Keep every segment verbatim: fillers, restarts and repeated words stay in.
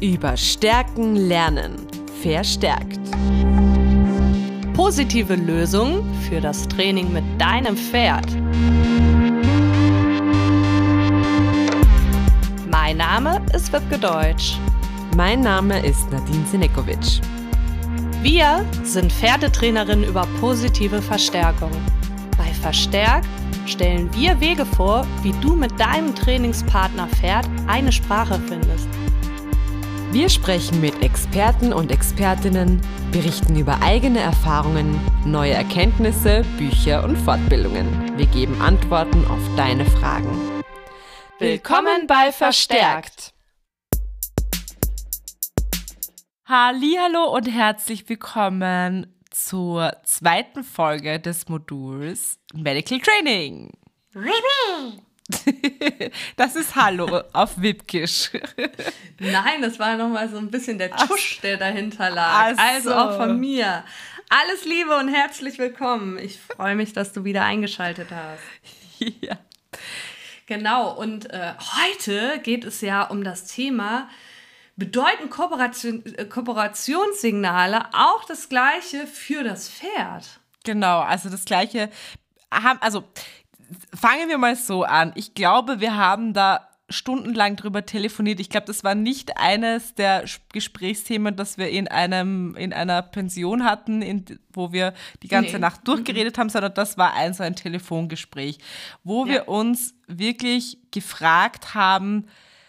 Über Stärken lernen. Verstärkt. Positive Lösungen für das Training mit deinem Pferd. Mein Name ist Wibke Deutsch. Mein Name ist Nadine Sinekovic. Wir sind Pferdetrainerinnen über positive Verstärkung. Bei Verstärkt stellen wir Wege vor, wie du mit deinem Trainingspartner Pferd eine Sprache findest. Wir sprechen mit Experten und Expertinnen, berichten über eigene Erfahrungen, neue Erkenntnisse, Bücher und Fortbildungen. Wir geben Antworten auf deine Fragen. Willkommen bei Verstärkt! Hallihallo und herzlich willkommen zur zweiten Folge des Moduls Medical Training. Das ist Hallo auf Wipkisch. Nein, das war nochmal so ein bisschen der Tusch, der dahinter lag. Ach Also so. auch von mir. Alles Liebe und herzlich willkommen. Ich freue mich, dass du wieder eingeschaltet hast. Ja. Genau, und äh, heute geht es ja um das Thema, bedeuten Kooperation, äh, Kooperationssignale auch das Gleiche für das Pferd? Genau, also das Gleiche haben, also fangen wir mal so an. Ich glaube, wir haben da stundenlang drüber telefoniert. Ich glaube, das war nicht eines der Gesprächsthemen, das wir in einem in einer Pension hatten, in, wo wir die ganze Nee. Nacht durchgeredet haben, sondern das war ein so ein Telefongespräch, wo Ja. wir uns wirklich gefragt haben,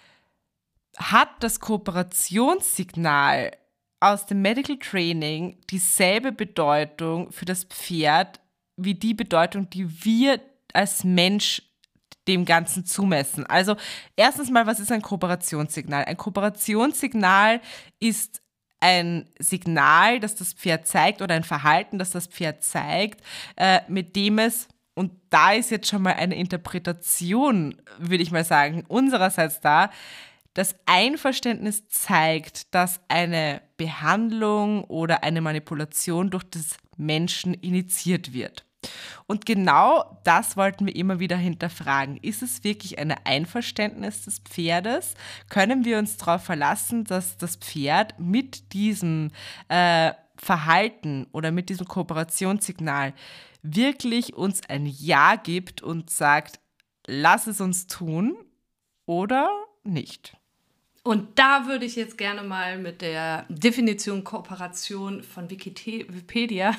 hat das Kooperationssignal aus dem Medical Training dieselbe Bedeutung für das Pferd wie die Bedeutung, die wir als Mensch dem Ganzen zumessen? Also erstens mal, was ist ein Kooperationssignal? Ein Kooperationssignal ist ein Signal, das das Pferd zeigt oder ein Verhalten, das das Pferd zeigt, äh, mit dem es, und da ist jetzt schon mal eine Interpretation, würde ich mal sagen, unsererseits da, das Einverständnis zeigt, dass eine Behandlung oder eine Manipulation durch das Menschen initiiert wird. Und genau das wollten wir immer wieder hinterfragen. Ist es wirklich ein Einverständnis des Pferdes? Können wir uns darauf verlassen, dass das Pferd mit diesem äh, Verhalten oder mit diesem Kooperationssignal wirklich uns ein Ja gibt und sagt, lass es uns tun oder nicht? Und da würde ich jetzt gerne mal mit der Definition Kooperation von Wikite- Wikipedia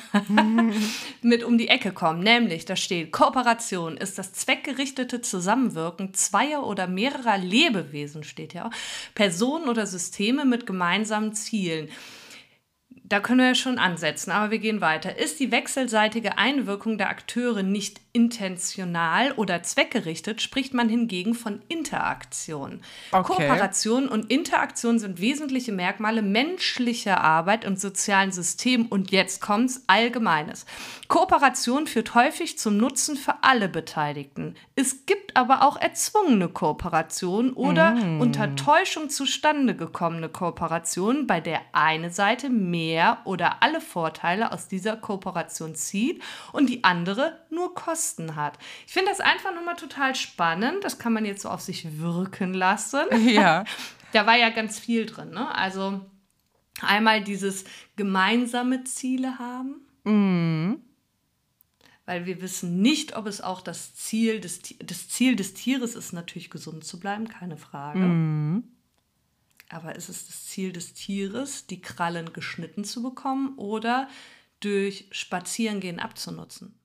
mit um die Ecke kommen. Nämlich, da steht, Kooperation ist das zweckgerichtete Zusammenwirken zweier oder mehrerer Lebewesen, steht ja auch, Personen oder Systeme mit gemeinsamen Zielen. Da können wir ja schon ansetzen, aber wir gehen weiter. Ist die wechselseitige Einwirkung der Akteure nicht intentional oder zweckgerichtet, spricht man hingegen von Interaktion. Okay. Kooperation und Interaktion sind wesentliche Merkmale menschlicher Arbeit im sozialen System und jetzt kommt's, Allgemeines. Kooperation führt häufig zum Nutzen für alle Beteiligten. Es gibt aber auch erzwungene Kooperation oder Mm. unter Täuschung zustande gekommene Kooperation, bei der eine Seite mehr oder alle Vorteile aus dieser Kooperation zieht und die andere nur Kosten hat. Ich finde das einfach nochmal total spannend. Das kann man jetzt so auf sich wirken lassen. Ja. Da war ja ganz viel drin, ne? Also einmal dieses gemeinsame Ziele haben. Mhm. Weil wir wissen nicht, ob es auch das Ziel des, Ti- das Ziel des Tieres ist, natürlich gesund zu bleiben, keine Frage. Mhm. Aber ist es das Ziel des Tieres, die Krallen geschnitten zu bekommen oder durch Spazierengehen abzunutzen?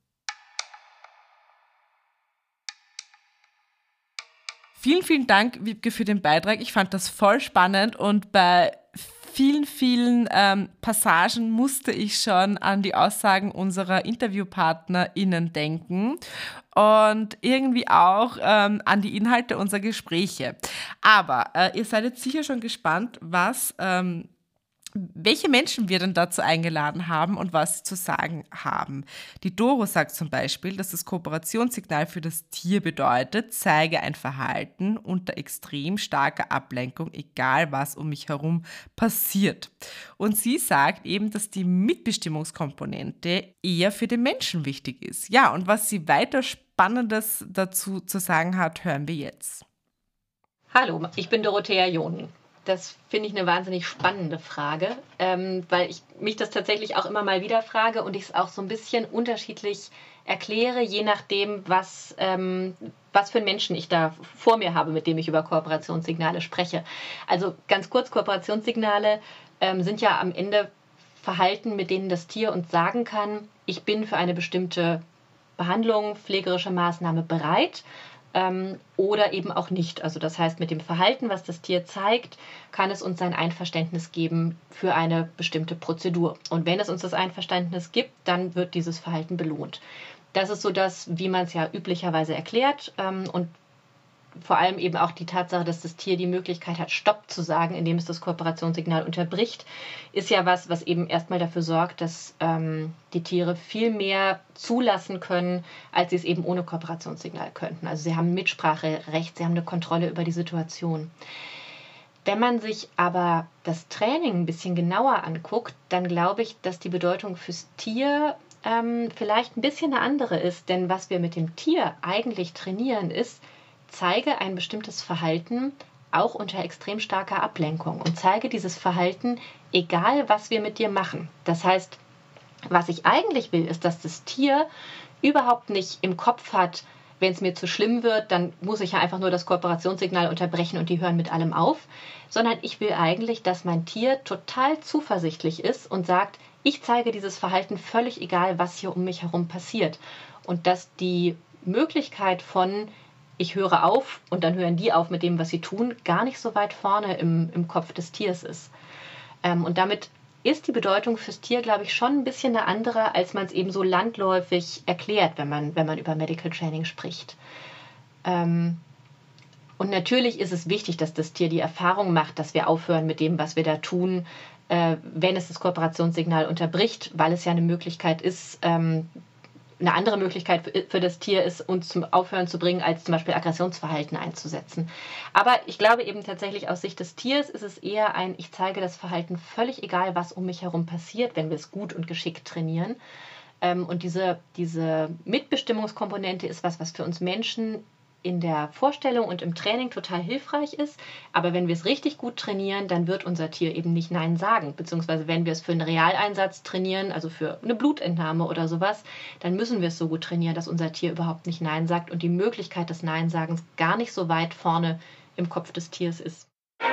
Vielen, vielen Dank, Wiebke, für den Beitrag. Ich fand das voll spannend und bei vielen, vielen ähm, Passagen musste ich schon an die Aussagen unserer InterviewpartnerInnen denken und irgendwie auch ähm, an die Inhalte unserer Gespräche. Aber äh, ihr seid jetzt sicher schon gespannt, was ähm, welche Menschen wir denn dazu eingeladen haben und was sie zu sagen haben. Die Doro sagt zum Beispiel, dass das Kooperationssignal für das Tier bedeutet, zeige ein Verhalten unter extrem starker Ablenkung, egal was um mich herum passiert. Und sie sagt eben, dass die Mitbestimmungskomponente eher für den Menschen wichtig ist. Ja, und was sie weiter Spannendes dazu zu sagen hat, hören wir jetzt. Hallo, ich bin Dorothea John. Das finde ich eine wahnsinnig spannende Frage, ähm, weil ich mich das tatsächlich auch immer mal wieder frage und ich es auch so ein bisschen unterschiedlich erkläre, je nachdem, was, ähm, was für einen Menschen ich da vor mir habe, mit dem ich über Kooperationssignale spreche. Also ganz kurz, Kooperationssignale ähm, sind ja am Ende Verhalten, mit denen das Tier uns sagen kann, ich bin für eine bestimmte Behandlung, pflegerische Maßnahme bereit. Ähm, oder eben auch nicht. Also das heißt, mit dem Verhalten, was das Tier zeigt, kann es uns sein Einverständnis geben für eine bestimmte Prozedur. Und wenn es uns das Einverständnis gibt, dann wird dieses Verhalten belohnt. Das ist so das, wie man es ja üblicherweise erklärt. Ähm, und vor allem eben auch die Tatsache, dass das Tier die Möglichkeit hat, Stopp zu sagen, indem es das Kooperationssignal unterbricht, ist ja was, was eben erstmal dafür sorgt, dass ähm, die Tiere viel mehr zulassen können, als sie es eben ohne Kooperationssignal könnten. Also sie haben Mitspracherecht, sie haben eine Kontrolle über die Situation. Wenn man sich aber das Training ein bisschen genauer anguckt, dann glaube ich, dass die Bedeutung fürs Tier ähm, vielleicht ein bisschen eine andere ist. Denn was wir mit dem Tier eigentlich trainieren, ist, zeige ein bestimmtes Verhalten auch unter extrem starker Ablenkung und zeige dieses Verhalten, egal was wir mit dir machen. Das heißt, was ich eigentlich will, ist, dass das Tier überhaupt nicht im Kopf hat, wenn es mir zu schlimm wird, dann muss ich ja einfach nur das Kooperationssignal unterbrechen und die hören mit allem auf, sondern ich will eigentlich, dass mein Tier total zuversichtlich ist und sagt, ich zeige dieses Verhalten völlig egal, was hier um mich herum passiert. Und dass die Möglichkeit von ich höre auf und dann hören die auf mit dem, was sie tun, gar nicht so weit vorne im, im Kopf des Tiers ist. Ähm, und damit ist die Bedeutung fürs Tier, glaube ich, schon ein bisschen eine andere, als man es eben so landläufig erklärt, wenn man, wenn man über Medical Training spricht. Ähm, und natürlich ist es wichtig, dass das Tier die Erfahrung macht, dass wir aufhören mit dem, was wir da tun, äh, wenn es das Kooperationssignal unterbricht, weil es ja eine Möglichkeit ist, ähm, eine andere Möglichkeit für das Tier ist, uns zum Aufhören zu bringen, als zum Beispiel Aggressionsverhalten einzusetzen. Aber ich glaube eben tatsächlich aus Sicht des Tiers ist es eher ein, ich zeige das Verhalten völlig egal, was um mich herum passiert, wenn wir es gut und geschickt trainieren. Und diese, diese Mitbestimmungskomponente ist was, was für uns Menschen in der Vorstellung und im Training total hilfreich ist. Aber wenn wir es richtig gut trainieren, dann wird unser Tier eben nicht Nein sagen. Beziehungsweise wenn wir es für einen Realeinsatz trainieren, also für eine Blutentnahme oder sowas, dann müssen wir es so gut trainieren, dass unser Tier überhaupt nicht Nein sagt und die Möglichkeit des Nein-Sagens gar nicht so weit vorne im Kopf des Tiers ist.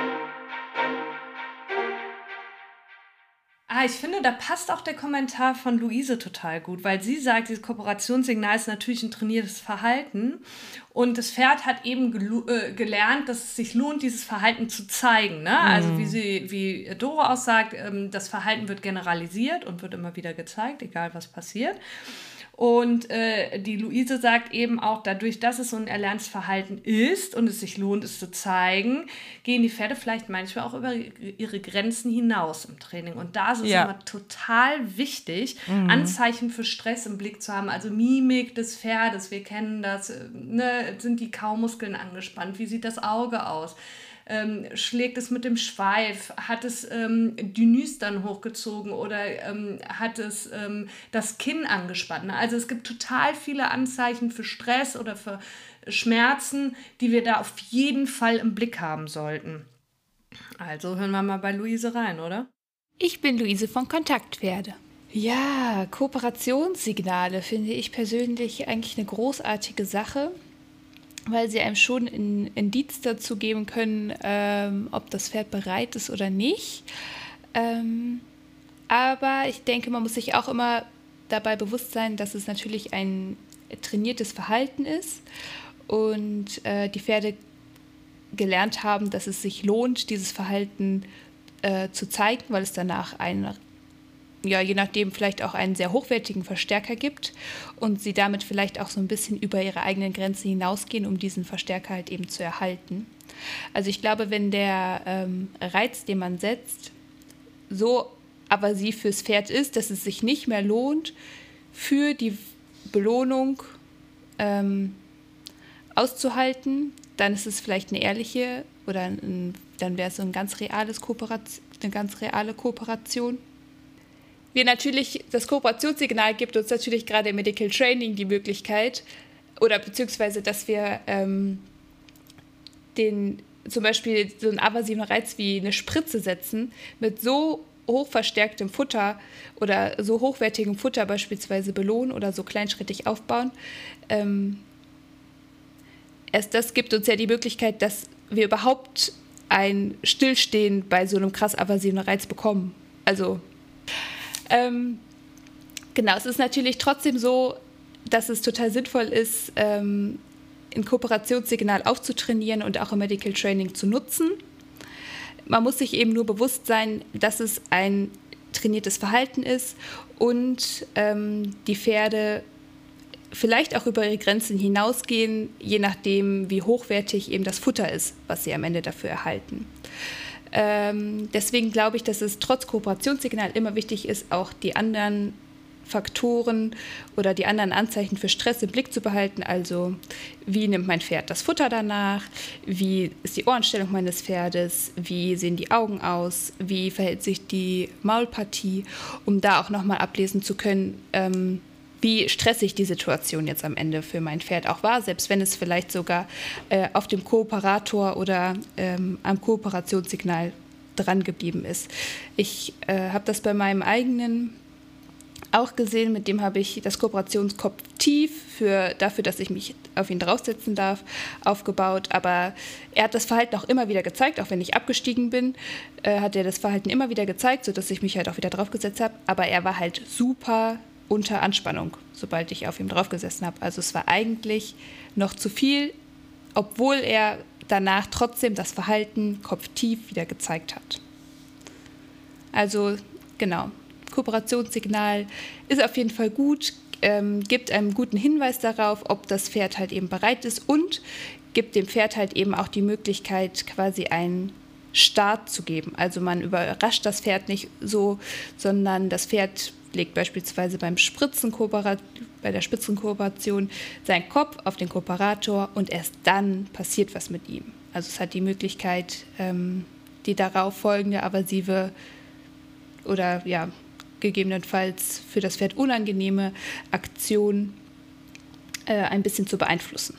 Ah, ich finde, da passt auch der Kommentar von Luise total gut, weil sie sagt, dieses Kooperationssignal ist natürlich ein trainiertes Verhalten und das Pferd hat eben gelu- äh, gelernt, dass es sich lohnt, dieses Verhalten zu zeigen. Ne? Mhm. Also wie sie, wie Doro aussagt, ähm, das Verhalten wird generalisiert und wird immer wieder gezeigt, egal was passiert. Und äh, die Luise sagt eben auch, dadurch, dass es so ein erlerntes Verhalten ist und es sich lohnt, es zu zeigen, gehen die Pferde vielleicht manchmal auch über ihre Grenzen hinaus im Training. Und da ist es ja. immer total wichtig, mhm. Anzeichen für Stress im Blick zu haben. Also Mimik des Pferdes, wir kennen das, ne? Sind die Kaumuskeln angespannt, wie sieht das Auge aus? Ähm, schlägt es mit dem Schweif, hat es ähm, die Nüstern hochgezogen oder ähm, hat es ähm, das Kinn angespannt. Also es gibt total viele Anzeichen für Stress oder für Schmerzen, die wir da auf jeden Fall im Blick haben sollten. Also hören wir mal bei Luise rein, oder? Ich bin Luise von Kontaktpferde. Ja, Kooperationssignale finde ich persönlich eigentlich eine großartige Sache, weil sie einem schon ein Indiz dazu geben können, ähm, ob das Pferd bereit ist oder nicht. Ähm, aber ich denke, man muss sich auch immer dabei bewusst sein, dass es natürlich ein trainiertes Verhalten ist und äh, die Pferde gelernt haben, dass es sich lohnt, dieses Verhalten äh, zu zeigen, weil es danach ein ja, je nachdem vielleicht auch einen sehr hochwertigen Verstärker gibt und sie damit vielleicht auch so ein bisschen über ihre eigenen Grenzen hinausgehen, um diesen Verstärker halt eben zu erhalten. Also ich glaube, wenn der ähm, Reiz, den man setzt, so aversiv fürs Pferd ist, dass es sich nicht mehr lohnt, für die Belohnung ähm, auszuhalten, dann ist es vielleicht eine ehrliche oder ein, dann wäre es so ein ganz reales Kooperation, eine ganz reale Kooperation. Wir natürlich, das Kooperationssignal gibt uns natürlich gerade im Medical Training die Möglichkeit, oder beziehungsweise, dass wir ähm, den zum Beispiel so einen aversiven Reiz wie eine Spritze setzen, mit so hochverstärktem Futter oder so hochwertigem Futter beispielsweise belohnen oder so kleinschrittig aufbauen. Ähm, erst das gibt uns ja die Möglichkeit, dass wir überhaupt ein Stillstehen bei so einem krass aversiven Reiz bekommen. Also, ähm, genau, es ist natürlich trotzdem so, dass es total sinnvoll ist, ähm, ein Kooperationssignal aufzutrainieren und auch im Medical Training zu nutzen. Man muss sich eben nur bewusst sein, dass es ein trainiertes Verhalten ist und ähm, die Pferde vielleicht auch über ihre Grenzen hinausgehen, je nachdem, wie hochwertig eben das Futter ist, was sie am Ende dafür erhalten. Ähm, deswegen glaube ich, dass es trotz Kooperationssignal immer wichtig ist, auch die anderen Faktoren oder die anderen Anzeichen für Stress im Blick zu behalten. Also wie nimmt mein Pferd das Futter danach, wie ist die Ohrenstellung meines Pferdes, wie sehen die Augen aus, wie verhält sich die Maulpartie, um da auch nochmal ablesen zu können, ähm, wie stressig die Situation jetzt am Ende für mein Pferd auch war, selbst wenn es vielleicht sogar äh, auf dem Kooperator oder ähm, am Kooperationssignal dran geblieben ist. Ich äh, habe das bei meinem eigenen auch gesehen, mit dem habe ich das Kooperationskopf-Tief für, dafür, dass ich mich auf ihn draufsetzen darf, aufgebaut. Aber er hat das Verhalten auch immer wieder gezeigt, auch wenn ich abgestiegen bin, äh, hat er das Verhalten immer wieder gezeigt, sodass ich mich halt auch wieder draufgesetzt habe. Aber er war halt super unter Anspannung, sobald ich auf ihm draufgesessen habe. Also es war eigentlich noch zu viel, obwohl er danach trotzdem das Verhalten kopftief wieder gezeigt hat. Also genau, Kooperationssignal ist auf jeden Fall gut, ähm, gibt einen guten Hinweis darauf, ob das Pferd halt eben bereit ist und gibt dem Pferd halt eben auch die Möglichkeit, quasi einen Start zu geben. Also man überrascht das Pferd nicht so, sondern das Pferd legt beispielsweise beim Spritzenkooperat- bei der Spitzenkooperation seinen Kopf auf den Kooperator und erst dann passiert was mit ihm. Also es hat die Möglichkeit, ähm, die darauf folgende aversive oder ja, gegebenenfalls für das Pferd unangenehme Aktion äh, ein bisschen zu beeinflussen.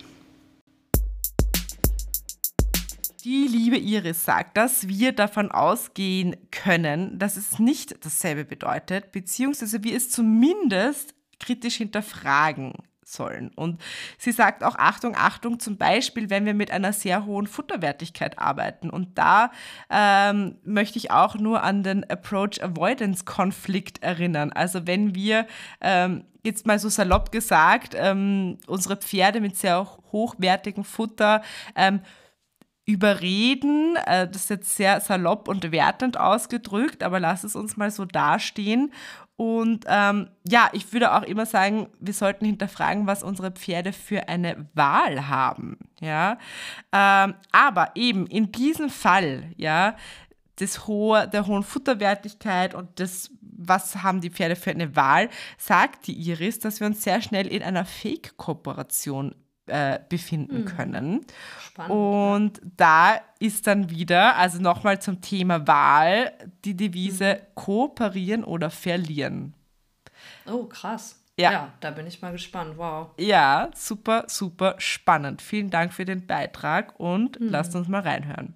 Die liebe Iris sagt, dass wir davon ausgehen können, dass es nicht dasselbe bedeutet, beziehungsweise wir es zumindest kritisch hinterfragen sollen. Und sie sagt auch, Achtung, Achtung, zum Beispiel, wenn wir mit einer sehr hohen Futterwertigkeit arbeiten. Und da ähm, möchte ich auch nur an den Approach-Avoidance-Konflikt erinnern. Also wenn wir, ähm, jetzt mal so salopp gesagt, ähm, unsere Pferde mit sehr hochwertigem Futter ähm, überreden, äh, das ist jetzt sehr salopp und wertend ausgedrückt, aber lass es uns mal so dastehen. Und ähm, ja, ich würde auch immer sagen, wir sollten hinterfragen, was unsere Pferde für eine Wahl haben. Ja? Ähm, aber eben in diesem Fall, ja, des hohe, der hohen Futterwertigkeit und des, was haben die Pferde für eine Wahl, sagt die Iris, dass wir uns sehr schnell in einer Fake-Kooperation äh, befinden mhm. können. Spannend, und ja. Da ist dann wieder, also nochmal zum Thema Wahl, die Devise mhm. kooperieren oder verlieren. Oh, krass. Ja. ja, da bin ich mal gespannt. Wow. Ja, super, super spannend. Vielen Dank für den Beitrag und mhm. lasst uns mal reinhören.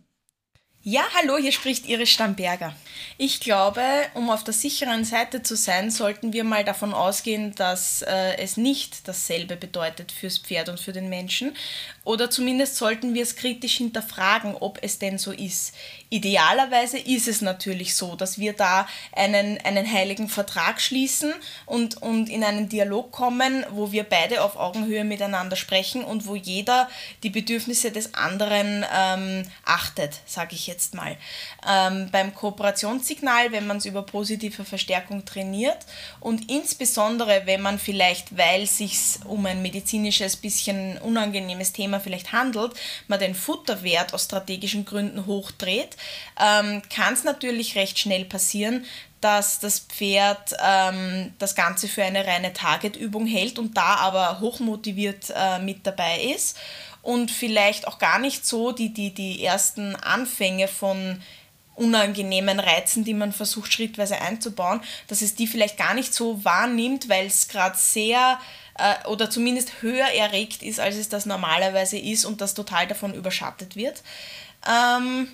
Ja, hallo, hier spricht Iris Stamberger. Ich glaube, um auf der sicheren Seite zu sein, sollten wir mal davon ausgehen, dass äh, es nicht dasselbe bedeutet fürs Pferd und für den Menschen. Oder zumindest sollten wir es kritisch hinterfragen, ob es denn so ist. Idealerweise ist es natürlich so, dass wir da einen, einen heiligen Vertrag schließen und, und in einen Dialog kommen, wo wir beide auf Augenhöhe miteinander sprechen und wo jeder die Bedürfnisse des anderen ähm, achtet, sage ich jetzt mal. Ähm, beim Kooperationssignal, wenn man es über positive Verstärkung trainiert und insbesondere, wenn man vielleicht, weil es sich um ein medizinisches, bisschen unangenehmes Thema vielleicht handelt, man den Futterwert aus strategischen Gründen hochdreht, ähm, kann es natürlich recht schnell passieren, dass das Pferd ähm, das Ganze für eine reine Targetübung hält und da aber hochmotiviert äh, mit dabei ist und vielleicht auch gar nicht so die, die, die ersten Anfänge von unangenehmen Reizen, die man versucht schrittweise einzubauen, dass es die vielleicht gar nicht so wahrnimmt, weil es gerade sehr äh, oder zumindest höher erregt ist, als es das normalerweise ist und das total davon überschattet wird. Ähm,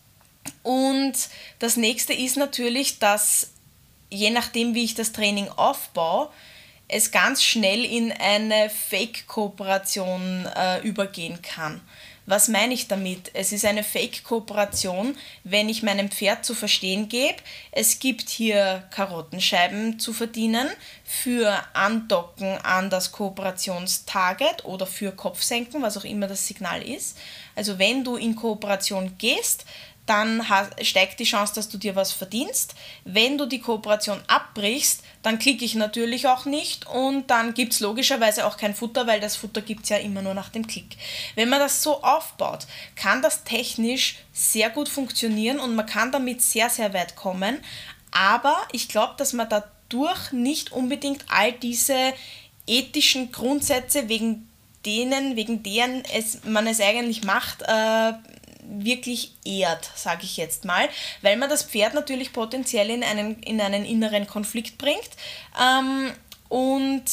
und das nächste ist natürlich, dass je nachdem, wie ich das Training aufbaue, es ganz schnell in eine Fake-Kooperation äh, übergehen kann. Was meine ich damit? Es ist eine Fake-Kooperation, wenn ich meinem Pferd zu verstehen gebe, es gibt hier Karottenscheiben zu verdienen für Andocken an das Kooperationstarget oder für Kopfsenken, was auch immer das Signal ist. Also wenn du in Kooperation gehst, dann steigt die Chance, dass du dir was verdienst. Wenn du die Kooperation abbrichst, dann klicke ich natürlich auch nicht und dann gibt es logischerweise auch kein Futter, weil das Futter gibt es ja immer nur nach dem Klick. Wenn man das so aufbaut, kann das technisch sehr gut funktionieren und man kann damit sehr, sehr weit kommen. Aber ich glaube, dass man dadurch nicht unbedingt all diese ethischen Grundsätze, wegen denen, wegen deren es, man es eigentlich macht, äh, wirklich ehrt, sage ich jetzt mal, weil man das Pferd natürlich potenziell in einen, in einen inneren Konflikt bringt ähm, und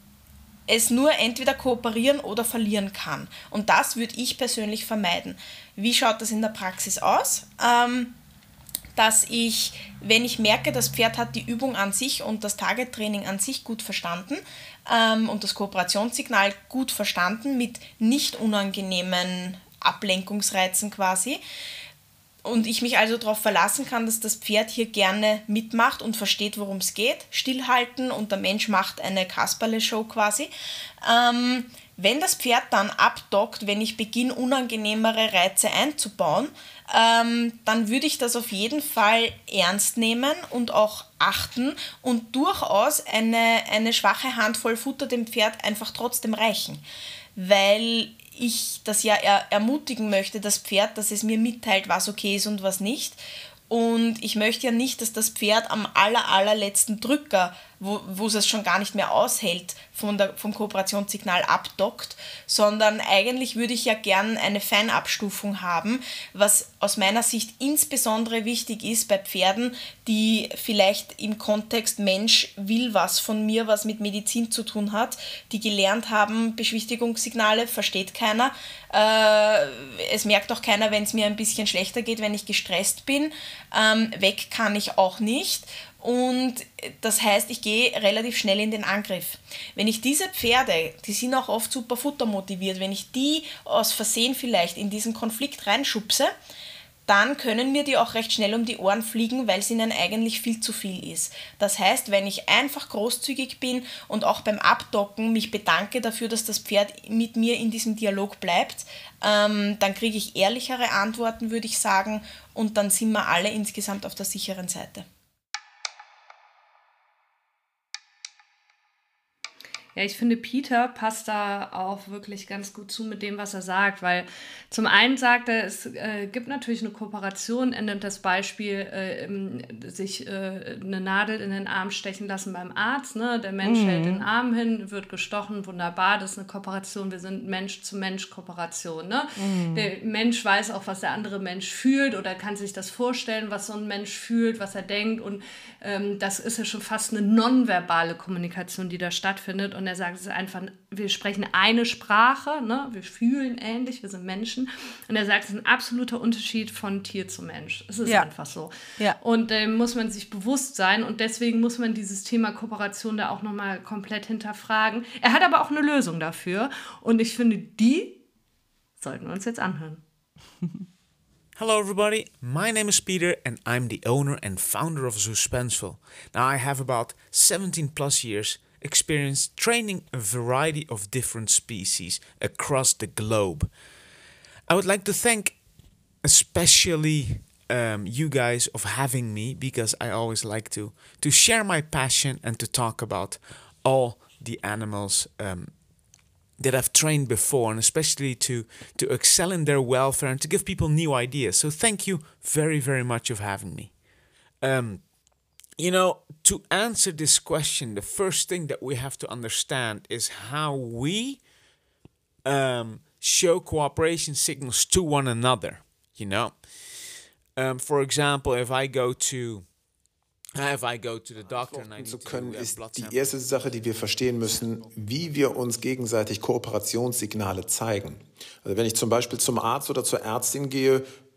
es nur entweder kooperieren oder verlieren kann. Und das würde ich persönlich vermeiden. Wie schaut das in der Praxis aus? Ähm, dass ich, wenn ich merke, das Pferd hat die Übung an sich und das Target-Training an sich gut verstanden ähm, und das Kooperationssignal gut verstanden mit nicht unangenehmen Ablenkungsreizen quasi und ich mich also darauf verlassen kann, dass das Pferd hier gerne mitmacht und versteht, worum es geht, stillhalten und der Mensch macht eine Kasperle-Show quasi. Ähm, wenn das Pferd dann abdockt, wenn ich beginne, unangenehmere Reize einzubauen, ähm, dann würde ich das auf jeden Fall ernst nehmen und auch achten und durchaus eine, eine schwache Handvoll Futter dem Pferd einfach trotzdem reichen, weil ich das ja er, ermutigen möchte, das Pferd, dass es mir mitteilt, was okay ist und was nicht. Und ich möchte ja nicht, dass das Pferd am aller, allerletzten Drücker, wo, wo es es schon gar nicht mehr aushält, von der, vom Kooperationssignal abdockt, sondern eigentlich würde ich ja gern eine Feinabstufung haben, was aus meiner Sicht insbesondere wichtig ist bei Pferden, die vielleicht im Kontext Mensch will was von mir, was mit Medizin zu tun hat, die gelernt haben, Beschwichtigungssignale versteht keiner, äh, es merkt auch keiner, wenn es mir ein bisschen schlechter geht, wenn ich gestresst bin, ähm, weg kann ich auch nicht. Und das heißt, ich gehe relativ schnell in den Angriff. Wenn ich diese Pferde, die sind auch oft super futtermotiviert, wenn ich die aus Versehen vielleicht in diesen Konflikt reinschubse, dann können mir die auch recht schnell um die Ohren fliegen, weil es ihnen eigentlich viel zu viel ist. Das heißt, wenn ich einfach großzügig bin und auch beim Abdocken mich bedanke dafür, dass das Pferd mit mir in diesem Dialog bleibt, ähm, dann kriege ich ehrlichere Antworten, würde ich sagen, und dann sind wir alle insgesamt auf der sicheren Seite. Ja, ich finde, Peter passt da auch wirklich ganz gut zu mit dem, was er sagt, weil zum einen sagt er, es äh, gibt natürlich eine Kooperation, er nimmt das Beispiel, äh, sich äh, eine Nadel in den Arm stechen lassen beim Arzt, ne? Der Mensch mhm. hält den Arm hin, wird gestochen, wunderbar, das ist eine Kooperation, wir sind Mensch-zu-Mensch-Kooperation, ne? Mhm. Der Mensch weiß auch, was der andere Mensch fühlt oder kann sich das vorstellen, was so ein Mensch fühlt, was er denkt und ähm, das ist ja schon fast eine nonverbale Kommunikation, die da stattfindet. Und Und er sagt, es ist einfach, wir sprechen eine Sprache, ne? Wir fühlen ähnlich, wir sind Menschen. Und er sagt, es ist ein absoluter Unterschied von Tier zu Mensch. Es ist ja. einfach so. Ja. Und dem äh, muss man sich bewusst sein. Und deswegen muss man dieses Thema Kooperation da auch nochmal komplett hinterfragen. Er hat aber auch eine Lösung dafür. Und ich finde, die sollten wir uns jetzt anhören. Hello everybody, my name is Peter and I'm the owner and founder of Suspenseful. Now I have about seventeen plus years experience training a variety of different species across the globe. I would like to thank especially um, you guys of having me, because I always like to to share my passion and to talk about all the animals um, that I've trained before, and especially to to excel in their welfare and to give people new ideas. So thank you very, very much of having me. Um, You know, to answer this question, the first thing that we have to understand is how we um, show cooperation signals to one another, you know. Um, for example, if I go to if I go to the doctor and I need zu to können, do ist blood die sample. erste Sache, die wir verstehen müssen, wie wir uns gegenseitig Kooperationssignale zeigen. Also wenn ich zum Beispiel zum Arzt oder zur Ärztin gehe,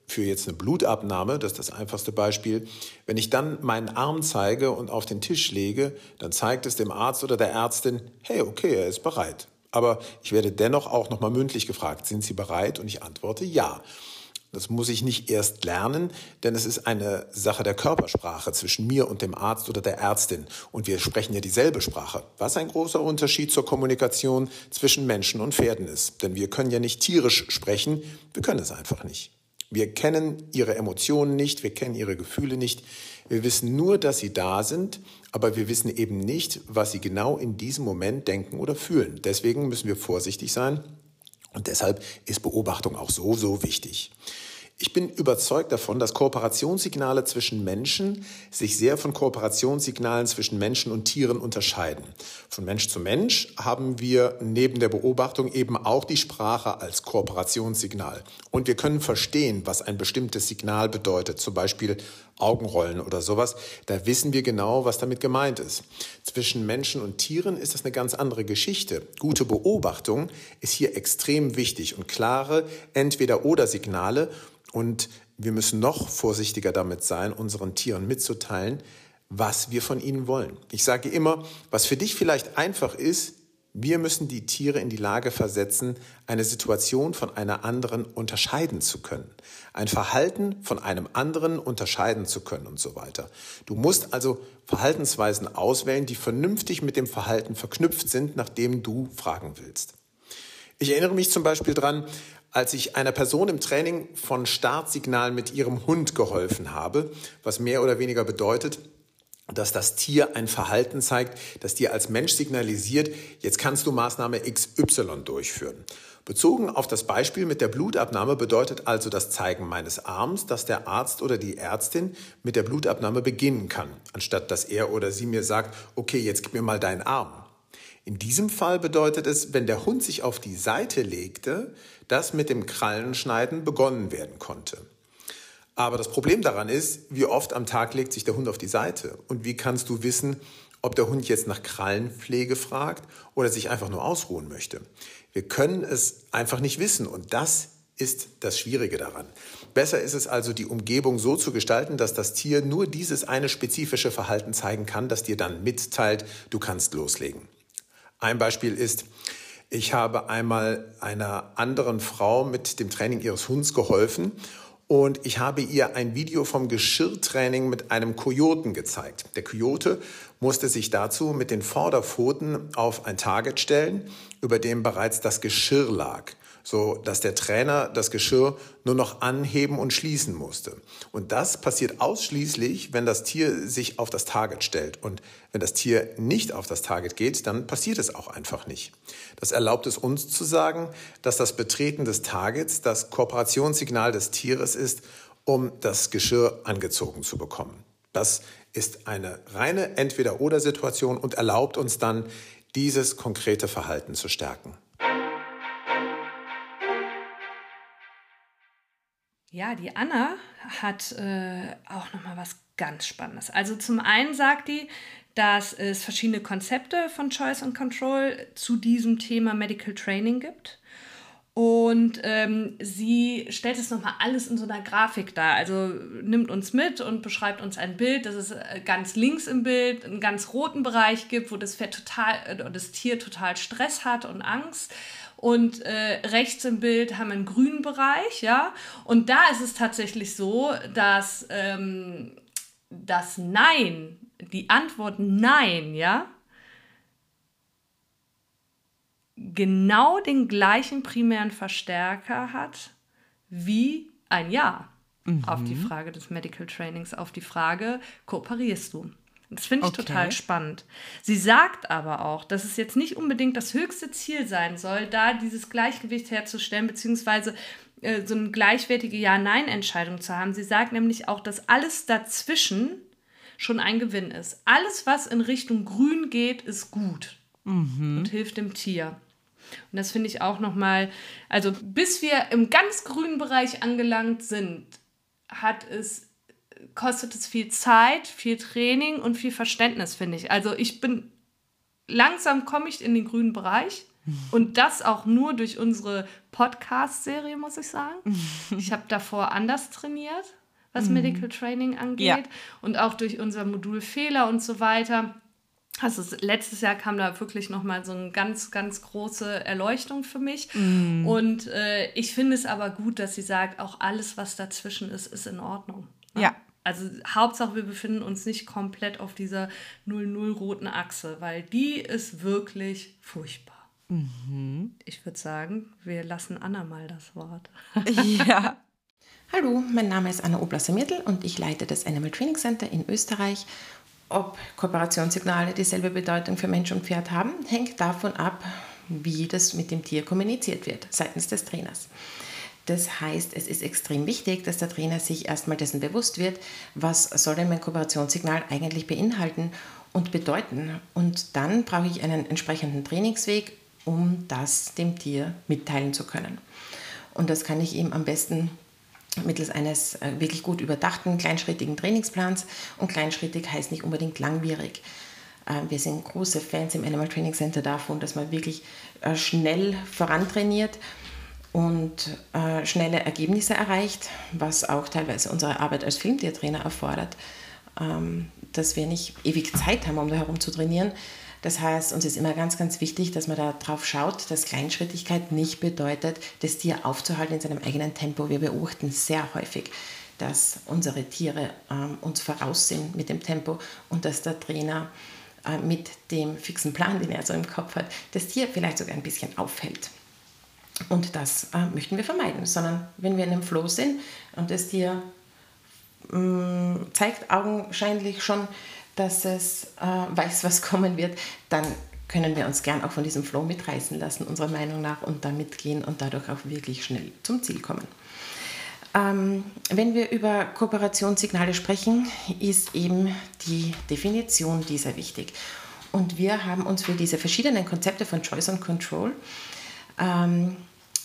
für jetzt eine Blutabnahme, das ist das einfachste Beispiel, wenn ich dann meinen Arm zeige und auf den Tisch lege, dann zeigt es dem Arzt oder der Ärztin, hey, okay, er ist bereit. Aber ich werde dennoch auch nochmal mündlich gefragt, sind Sie bereit? Und ich antworte ja. Das muss ich nicht erst lernen, denn es ist eine Sache der Körpersprache zwischen mir und dem Arzt oder der Ärztin. Und wir sprechen ja dieselbe Sprache, was ein großer Unterschied zur Kommunikation zwischen Menschen und Pferden ist. Denn wir können ja nicht tierisch sprechen, wir können es einfach nicht. Wir kennen ihre Emotionen nicht, wir kennen ihre Gefühle nicht. Wir wissen nur, dass sie da sind, aber wir wissen eben nicht, was sie genau in diesem Moment denken oder fühlen. Deswegen müssen wir vorsichtig sein. Und deshalb ist Beobachtung auch so, so wichtig. Ich bin überzeugt davon, dass Kooperationssignale zwischen Menschen sich sehr von Kooperationssignalen zwischen Menschen und Tieren unterscheiden. Von Mensch zu Mensch haben wir neben der Beobachtung eben auch die Sprache als Kooperationssignal. Und wir können verstehen, was ein bestimmtes Signal bedeutet, zum Beispiel Augenrollen oder sowas. Da wissen wir genau, was damit gemeint ist. Zwischen Menschen und Tieren ist das eine ganz andere Geschichte. Gute Beobachtung ist hier extrem wichtig und klare Entweder-oder-Signale. Und wir müssen noch vorsichtiger damit sein, unseren Tieren mitzuteilen, was wir von ihnen wollen. Ich sage immer, was für dich vielleicht einfach ist, wir müssen die Tiere in die Lage versetzen, eine Situation von einer anderen unterscheiden zu können. Ein Verhalten von einem anderen unterscheiden zu können und so weiter. Du musst also Verhaltensweisen auswählen, die vernünftig mit dem Verhalten verknüpft sind, nach dem du fragen willst. Ich erinnere mich zum Beispiel dran, als ich einer Person im Training von Startsignalen mit ihrem Hund geholfen habe, was mehr oder weniger bedeutet, dass das Tier ein Verhalten zeigt, das dir als Mensch signalisiert, jetzt kannst du Maßnahme X Y durchführen. Bezogen auf das Beispiel mit der Blutabnahme bedeutet also das Zeigen meines Arms, dass der Arzt oder die Ärztin mit der Blutabnahme beginnen kann, anstatt dass er oder sie mir sagt, okay, jetzt gib mir mal deinen Arm. In diesem Fall bedeutet es, wenn der Hund sich auf die Seite legte, dass mit dem Krallenschneiden begonnen werden konnte. Aber das Problem daran ist, wie oft am Tag legt sich der Hund auf die Seite? Und wie kannst du wissen, ob der Hund jetzt nach Krallenpflege fragt oder sich einfach nur ausruhen möchte? Wir können es einfach nicht wissen und das ist das Schwierige daran. Besser ist es also, die Umgebung so zu gestalten, dass das Tier nur dieses eine spezifische Verhalten zeigen kann, das dir dann mitteilt, du kannst loslegen. Ein Beispiel ist, ich habe einmal einer anderen Frau mit dem Training ihres Hundes geholfen und ich habe ihr ein Video vom Geschirrtraining mit einem Kojoten gezeigt. Der Kojote musste sich dazu mit den Vorderpfoten auf ein Target stellen, über dem bereits das Geschirr lag, so dass der Trainer das Geschirr nur noch anheben und schließen musste. Und das passiert ausschließlich, wenn das Tier sich auf das Target stellt. Und wenn das Tier nicht auf das Target geht, dann passiert es auch einfach nicht. Das erlaubt es uns zu sagen, dass das Betreten des Targets das Kooperationssignal des Tieres ist, um das Geschirr angezogen zu bekommen. Das ist eine reine Entweder-oder-Situation und erlaubt uns dann, dieses konkrete Verhalten zu stärken. Ja, die Anna hat äh, auch noch mal was ganz Spannendes. Also zum einen sagt die, dass es verschiedene Konzepte von Choice and Control zu diesem Thema Medical Training gibt. Und ähm, sie stellt es nochmal alles in so einer Grafik dar. Also nimmt uns mit und beschreibt uns ein Bild, dass es ganz links im Bild einen ganz roten Bereich gibt, wo das Pferd total, äh, das Tier total Stress hat und Angst. Und äh, rechts im Bild haben wir einen grünen Bereich, ja. Und da ist es tatsächlich so, dass ähm, das Nein, die Antwort Nein, ja, genau den gleichen primären Verstärker hat wie ein Ja mhm. auf die Frage des Medical Trainings, auf die Frage, kooperierst du? Das finde ich okay. total spannend. Sie sagt aber auch, dass es jetzt nicht unbedingt das höchste Ziel sein soll, da dieses Gleichgewicht herzustellen, beziehungsweise äh, so eine gleichwertige Ja-Nein-Entscheidung zu haben. Sie sagt nämlich auch, dass alles dazwischen schon ein Gewinn ist. Alles, was in Richtung Grün geht, ist gut mhm. und hilft dem Tier. Und das finde ich auch nochmal, also bis wir im ganz grünen Bereich angelangt sind, hat es kostet es viel Zeit, viel Training und viel Verständnis, finde ich. Also ich bin, langsam komme ich in den grünen Bereich, Und das auch nur durch unsere Podcast-Serie, muss ich sagen. Ich habe davor anders trainiert, was Medical Training angeht. Ja. Und auch durch unser Modul Fehler und so weiter. Also letztes Jahr kam da wirklich nochmal so eine ganz, ganz große Erleuchtung für mich. Mm. Und äh, ich finde es aber gut, dass sie sagt, auch alles, was dazwischen ist, ist in Ordnung. Ne? Ja. Also Hauptsache, wir befinden uns nicht komplett auf dieser null null roten Achse, weil die ist wirklich furchtbar. Mhm. Ich würde sagen, wir lassen Anna mal das Wort. Ja. Hallo, mein Name ist Anna Oblasser-Mirtl und ich leite das Animal Training Center in Österreich. Ob Kooperationssignale dieselbe Bedeutung für Mensch und Pferd haben, hängt davon ab, wie das mit dem Tier kommuniziert wird, seitens des Trainers. Das heißt, es ist extrem wichtig, dass der Trainer sich erstmal dessen bewusst wird, was soll denn mein Kooperationssignal eigentlich beinhalten und bedeuten. Und dann brauche ich einen entsprechenden Trainingsweg, um das dem Tier mitteilen zu können. Und das kann ich ihm am besten mittels eines wirklich gut überdachten, kleinschrittigen Trainingsplans. Und kleinschrittig heißt nicht unbedingt langwierig. Wir sind große Fans im Animal Training Center davon, dass man wirklich schnell vorantrainiert und äh, schnelle Ergebnisse erreicht, was auch teilweise unsere Arbeit als Filmtiertrainer erfordert, ähm, dass wir nicht ewig Zeit haben, um da herum zu trainieren. Das heißt, uns ist immer ganz, ganz wichtig, dass man darauf schaut, dass Kleinschrittigkeit nicht bedeutet, das Tier aufzuhalten in seinem eigenen Tempo. Wir beobachten sehr häufig, dass unsere Tiere ähm, uns voraus sind mit dem Tempo und dass der Trainer äh, mit dem fixen Plan, den er so im Kopf hat, das Tier vielleicht sogar ein bisschen aufhält. Und das äh, möchten wir vermeiden, sondern wenn wir in einem Flow sind und das Tier mh, zeigt augenscheinlich schon, dass es äh, weiß, was kommen wird, dann können wir uns gern auch von diesem Flow mitreißen lassen, unserer Meinung nach, und da mitgehen und dadurch auch wirklich schnell zum Ziel kommen. Ähm, wenn wir über Kooperationssignale sprechen, ist eben die Definition dieser wichtig. Und wir haben uns für diese verschiedenen Konzepte von Choice und Control ähm,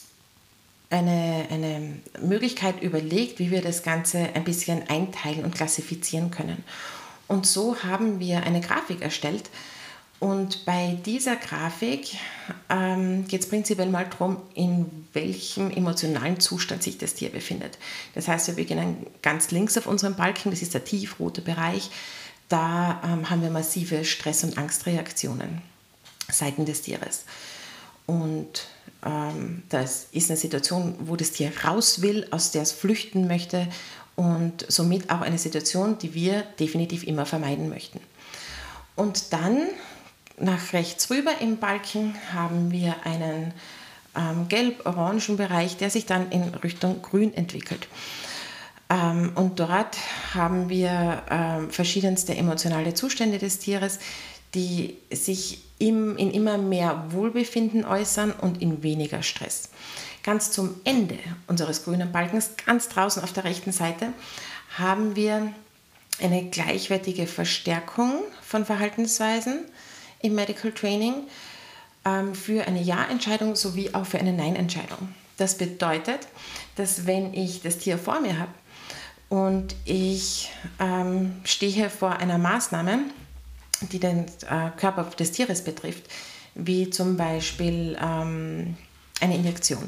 eine, eine Möglichkeit überlegt, wie wir das Ganze ein bisschen einteilen und klassifizieren können. Und so haben wir eine Grafik erstellt. Und bei dieser Grafik ähm, geht es prinzipiell mal darum, in welchem emotionalen Zustand sich das Tier befindet. Das heißt, wir beginnen ganz links auf unserem Balken, das ist der tiefrote Bereich. Da ähm, haben wir massive Stress- und Angstreaktionen seitens des Tieres. Und ähm, das ist eine Situation, wo das Tier raus will, aus der es flüchten möchte und somit auch eine Situation, die wir definitiv immer vermeiden möchten. Und dann nach rechts rüber im Balken haben wir einen ähm, gelb-orangen Bereich, der sich dann in Richtung grün entwickelt. Ähm, und dort haben wir ähm, verschiedenste emotionale Zustände des Tieres, die sich im, in immer mehr Wohlbefinden äußern und in weniger Stress. Ganz zum Ende unseres grünen Balkens, ganz draußen auf der rechten Seite, haben wir eine gleichwertige Verstärkung von Verhaltensweisen im Medical Training ähm, für eine Ja-Entscheidung sowie auch für eine Nein-Entscheidung. Das bedeutet, dass wenn ich das Tier vor mir habe und ich ähm, stehe vor einer Maßnahme, die den äh, Körper des Tieres betrifft, wie zum Beispiel ähm, eine Injektion,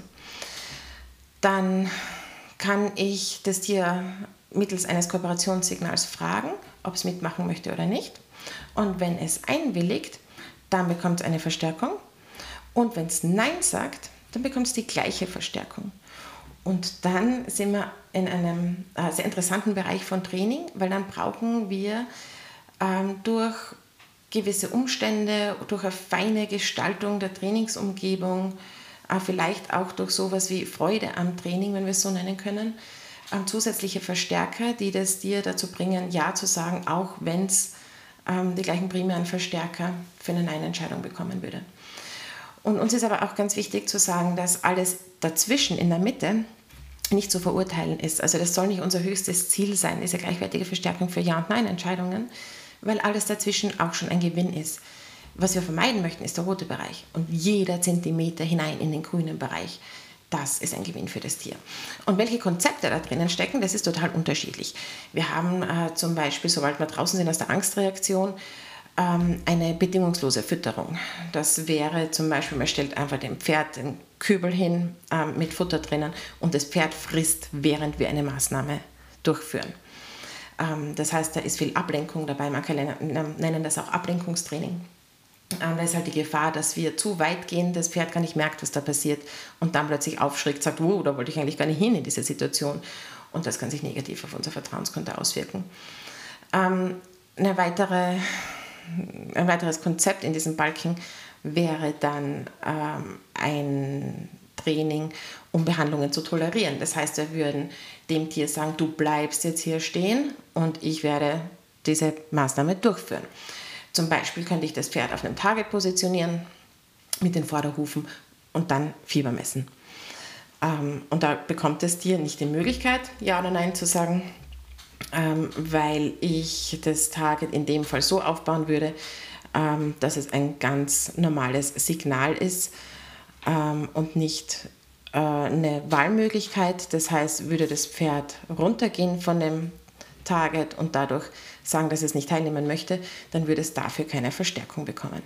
dann kann ich das Tier mittels eines Kooperationssignals fragen, ob es mitmachen möchte oder nicht. Und wenn es einwilligt, dann bekommt es eine Verstärkung. Und wenn es Nein sagt, dann bekommt es die gleiche Verstärkung. Und dann sind wir in einem äh, sehr interessanten Bereich von Training, weil dann brauchen wir ähm, durch gewisse Umstände, durch eine feine Gestaltung der Trainingsumgebung, äh, vielleicht auch durch sowas wie Freude am Training, wenn wir es so nennen können, äh, zusätzliche Verstärker, die das Tier dazu bringen, Ja zu sagen, auch wenn es ähm, die gleichen primären Verstärker für eine Nein-Entscheidung bekommen würde. Und uns ist aber auch ganz wichtig zu sagen, dass alles dazwischen in der Mitte nicht zu verurteilen ist. Also das soll nicht unser höchstes Ziel sein, diese gleichwertige Verstärkung für Ja- und Nein-Entscheidungen, weil alles dazwischen auch schon ein Gewinn ist. Was wir vermeiden möchten, ist der rote Bereich. Und jeder Zentimeter hinein in den grünen Bereich, das ist ein Gewinn für das Tier. Und welche Konzepte da drinnen stecken, das ist total unterschiedlich. Wir haben äh, zum Beispiel, sobald wir draußen sind aus der Angstreaktion, ähm, eine bedingungslose Fütterung. Das wäre zum Beispiel, man stellt einfach dem Pferd den Kübel hin ähm, mit Futter drinnen und das Pferd frisst, während wir eine Maßnahme durchführen. Ähm, das heißt, da ist viel Ablenkung dabei, man kann nennen das auch Ablenkungstraining. Ähm, da ist halt die Gefahr, dass wir zu weit gehen, das Pferd gar nicht merkt, was da passiert und dann plötzlich aufschreckt, sagt, wow, da wollte ich eigentlich gar nicht hin in diese Situation. Und das kann sich negativ auf unser Vertrauenskonto auswirken. Ähm, eine weitere, ein weiteres Konzept in diesem Balken wäre dann ähm, ein Training, um Behandlungen zu tolerieren. Das heißt, wir würden dem Tier sagen, du bleibst jetzt hier stehen und ich werde diese Maßnahme durchführen. Zum Beispiel könnte ich das Pferd auf einem Target positionieren mit den Vorderhufen und dann Fieber messen. Ähm, und da bekommt das Tier nicht die Möglichkeit, Ja oder Nein zu sagen, ähm, weil ich das Target in dem Fall so aufbauen würde, ähm, dass es ein ganz normales Signal ist ähm, und nicht äh, eine Wahlmöglichkeit. Das heißt, würde das Pferd runtergehen von dem Target und dadurch sagen, dass es nicht teilnehmen möchte, dann würde es dafür keine Verstärkung bekommen.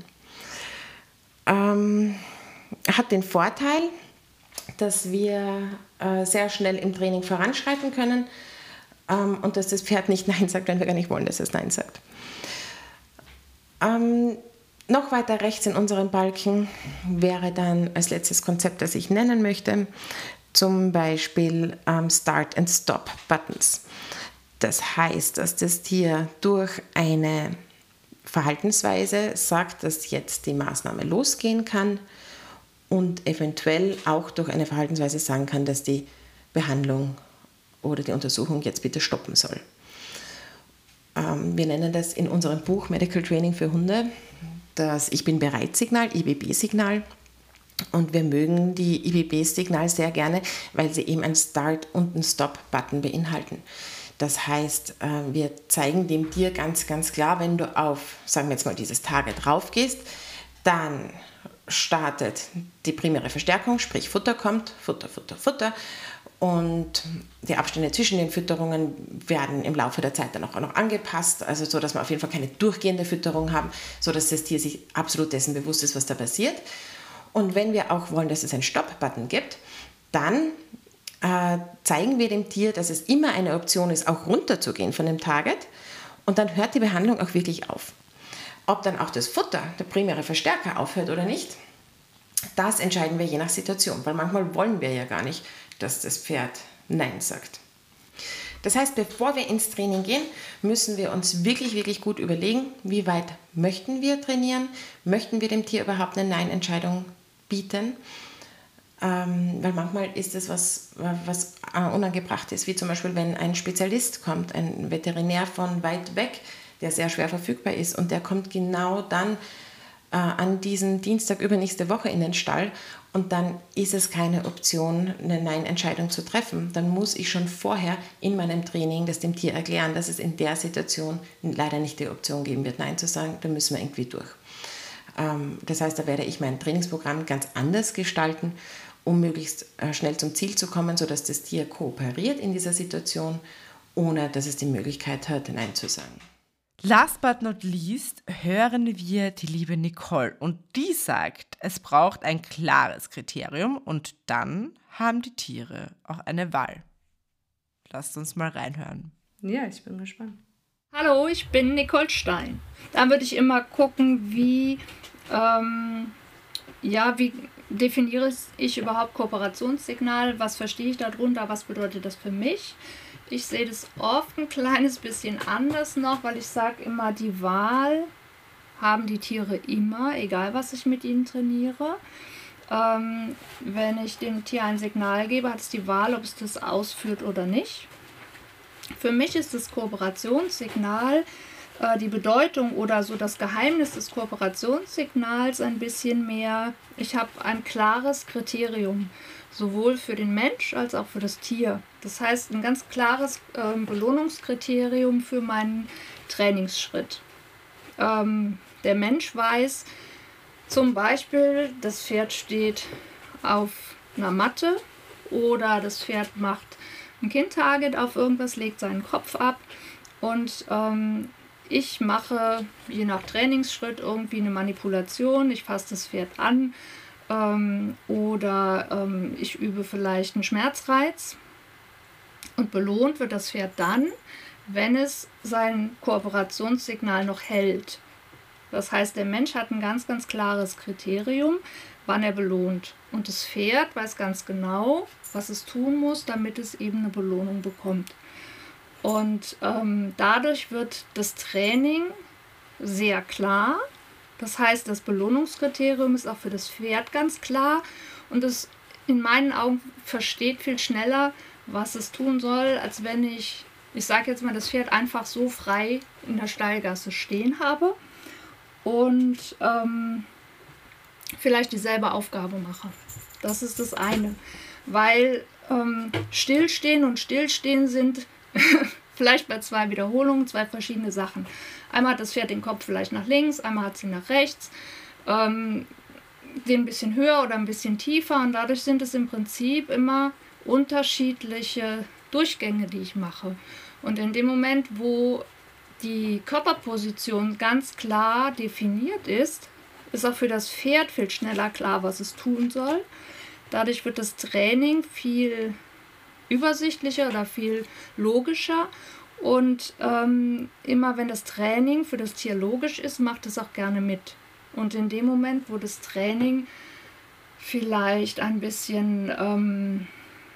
Ähm, hat den Vorteil, dass wir äh, sehr schnell im Training voranschreiten können ähm, und dass das Pferd nicht Nein sagt, wenn wir gar nicht wollen, dass es Nein sagt. Ähm, noch weiter rechts in unserem Balken wäre dann als letztes Konzept, das ich nennen möchte, zum Beispiel ähm, Start and Stop Buttons. Das heißt, dass das Tier durch eine Verhaltensweise sagt, dass jetzt die Maßnahme losgehen kann und eventuell auch durch eine Verhaltensweise sagen kann, dass die Behandlung oder die Untersuchung jetzt bitte stoppen soll. Ähm, wir nennen das in unserem Buch Medical Training für Hunde das Ich bin bereit Signal, I B B-Signal. Und wir mögen die I B B-Signal sehr gerne, weil sie eben einen Start- und einen Stop-Button beinhalten. Das heißt, wir zeigen dem Tier ganz, ganz klar, wenn du auf, sagen wir jetzt mal, dieses Target raufgehst, dann startet die primäre Verstärkung, sprich Futter kommt, Futter, Futter, Futter. Und die Abstände zwischen den Fütterungen werden im Laufe der Zeit dann auch noch angepasst, also so, dass wir auf jeden Fall keine durchgehende Fütterung haben, so dass das Tier sich absolut dessen bewusst ist, was da passiert. Und wenn wir auch wollen, dass es einen Stop-Button gibt, dann äh, zeigen wir dem Tier, dass es immer eine Option ist, auch runterzugehen von dem Target. Und dann hört die Behandlung auch wirklich auf. Ob dann auch das Futter, der primäre Verstärker, aufhört oder nicht, das entscheiden wir je nach Situation, weil manchmal wollen wir ja gar nicht, dass das Pferd Nein sagt. Das heißt, bevor wir ins Training gehen, müssen wir uns wirklich, wirklich gut überlegen, wie weit möchten wir trainieren, möchten wir dem Tier überhaupt eine Nein-Entscheidung bieten, ähm, weil manchmal ist es was, was unangebracht ist, wie zum Beispiel, wenn ein Spezialist kommt, ein Veterinär von weit weg, der sehr schwer verfügbar ist und der kommt genau dann äh, an diesen Dienstag übernächste Woche in den Stall und dann ist es keine Option, eine Nein-Entscheidung zu treffen. Dann muss ich schon vorher in meinem Training das dem Tier erklären, dass es in der Situation leider nicht die Option geben wird, Nein zu sagen, da müssen wir irgendwie durch. Ähm, das heißt, da werde ich mein Trainingsprogramm ganz anders gestalten, um möglichst äh, schnell zum Ziel zu kommen, sodass das Tier kooperiert in dieser Situation, ohne dass es die Möglichkeit hat, Nein zu sagen. Last but not least hören wir die liebe Nicole und die sagt, es braucht ein klares Kriterium und dann haben die Tiere auch eine Wahl. Lasst uns mal reinhören. Ja, ich bin gespannt. Hallo, ich bin Nicole Stein. Da würde ich immer gucken, wie, ähm, ja, wie definiere ich überhaupt Kooperationssignal, was verstehe ich darunter, was bedeutet das für mich? Ich sehe das oft ein kleines bisschen anders noch, weil ich sage immer, die Wahl haben die Tiere immer, egal was ich mit ihnen trainiere. Ähm, wenn ich dem Tier ein Signal gebe, hat es die Wahl, ob es das ausführt oder nicht. Für mich ist das Kooperationssignal, äh, die Bedeutung oder so das Geheimnis des Kooperationssignals ein bisschen mehr, ich habe ein klares Kriterium, sowohl für den Mensch als auch für das Tier. Das heißt, ein ganz klares äh, Belohnungskriterium für meinen Trainingsschritt. Ähm, der Mensch weiß zum Beispiel, das Pferd steht auf einer Matte oder das Pferd macht ein Kind-Target auf irgendwas, legt seinen Kopf ab und ähm, ich mache je nach Trainingsschritt irgendwie eine Manipulation, ich fasse das Pferd an ähm, oder ähm, ich übe vielleicht einen Schmerzreiz und belohnt wird das Pferd dann, wenn es sein Kooperationssignal noch hält. Das heißt, der Mensch hat ein ganz, ganz klares Kriterium, wann er belohnt. Und das Pferd weiß ganz genau, was es tun muss, damit es eben eine Belohnung bekommt. Und ähm, dadurch wird das Training sehr klar. Das heißt, das Belohnungskriterium ist auch für das Pferd ganz klar. Und es in meinen Augen versteht viel schneller, was es tun soll, als wenn ich, ich sage jetzt mal, das Pferd einfach so frei in der Steilgasse stehen habe und ähm, vielleicht dieselbe Aufgabe mache. Das ist das eine. Weil ähm, Stillstehen und Stillstehen sind vielleicht bei zwei Wiederholungen zwei verschiedene Sachen. Einmal hat das Pferd den Kopf vielleicht nach links, einmal hat sie nach rechts, ähm, den ein bisschen höher oder ein bisschen tiefer und dadurch sind es im Prinzip immer unterschiedliche Durchgänge, die ich mache. Und in dem Moment, wo die Körperposition ganz klar definiert ist, ist auch für das Pferd viel schneller klar, was es tun soll. Dadurch wird das Training viel übersichtlicher oder viel logischer. Und ähm, immer wenn das Training für das Tier logisch ist, macht es auch gerne mit. Und in dem Moment, wo das Training vielleicht ein bisschen ähm,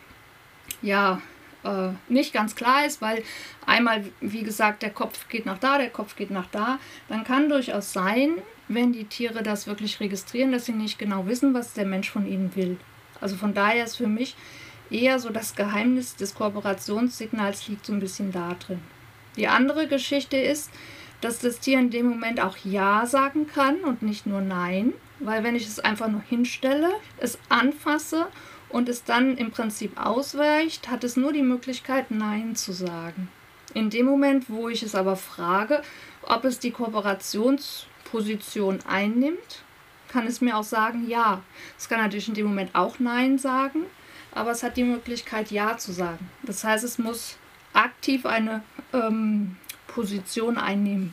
ja, äh, nicht ganz klar ist, weil einmal, wie gesagt, der Kopf geht nach da, der Kopf geht nach da, dann kann durchaus sein, wenn die Tiere das wirklich registrieren, dass sie nicht genau wissen, was der Mensch von ihnen will. Also von daher ist für mich eher so das Geheimnis des Kooperationssignals liegt so ein bisschen da drin. Die andere Geschichte ist, dass das Tier in dem Moment auch Ja sagen kann und nicht nur Nein, weil wenn ich es einfach nur hinstelle, es anfasse und es dann im Prinzip ausweicht, hat es nur die Möglichkeit, Nein zu sagen. In dem Moment, wo ich es aber frage, ob es die Kooperationsposition einnimmt, kann es mir auch sagen, ja. Es kann natürlich in dem Moment auch Nein sagen, aber es hat die Möglichkeit, Ja zu sagen. Das heißt, es muss aktiv eine ähm, Position einnehmen.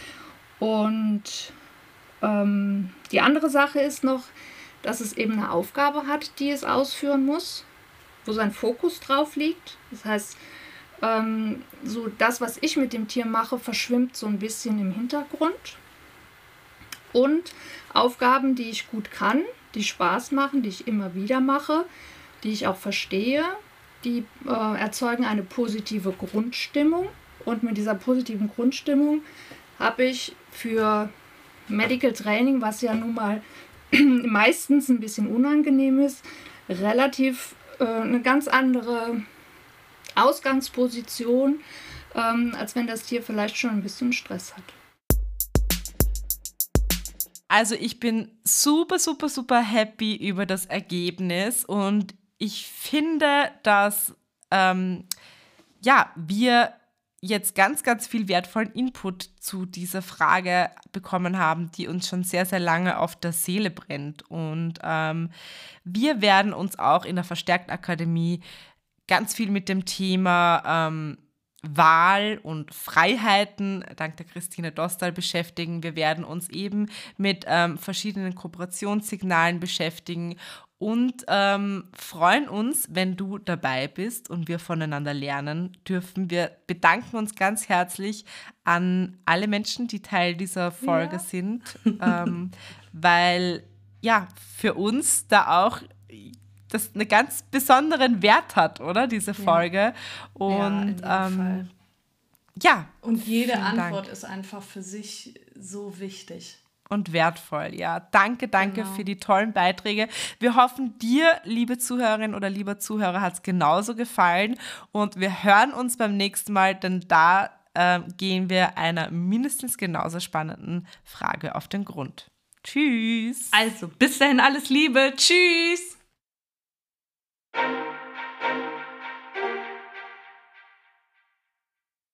Und ähm, die andere Sache ist noch, dass es eben eine Aufgabe hat, die es ausführen muss, wo sein Fokus drauf liegt. Das heißt, ähm, so das, was ich mit dem Tier mache, verschwimmt so ein bisschen im Hintergrund. Und Aufgaben, die ich gut kann, die Spaß machen, die ich immer wieder mache, die ich auch verstehe, die äh, erzeugen eine positive Grundstimmung. Und mit dieser positiven Grundstimmung habe ich für Medical Training, was ja nun mal meistens ein bisschen unangenehm ist, relativ äh, eine ganz andere Ausgangsposition, ähm, als wenn das Tier vielleicht schon ein bisschen Stress hat. Also ich bin super, super, super happy über das Ergebnis und ich finde, dass ähm, ja, wir jetzt ganz, ganz viel wertvollen Input zu dieser Frage bekommen haben, die uns schon sehr, sehr lange auf der Seele brennt. Und ähm, wir werden uns auch in der Verstärkt-Akademie ganz viel mit dem Thema ähm, Wahl und Freiheiten dank der Christine Dostal beschäftigen. Wir werden uns eben mit ähm, verschiedenen Kooperationssignalen beschäftigen und ähm, freuen uns, wenn du dabei bist und wir voneinander lernen dürfen. Wir bedanken uns ganz herzlich an alle Menschen, die Teil dieser Folge ja. sind, ähm, weil ja für uns da auch das einen ganz besonderen Wert hat, oder, diese Folge. Ja. Und ja, ähm, ja. Und jede Antwort Dank. ist einfach für sich so wichtig. Und wertvoll, ja. Danke, danke genau. für die tollen Beiträge. Wir hoffen, dir, liebe Zuhörerin oder lieber Zuhörer, hat es genauso gefallen. Und wir hören uns beim nächsten Mal, denn da äh, gehen wir einer mindestens genauso spannenden Frage auf den Grund. Tschüss. Also, bis dahin alles Liebe. Tschüss.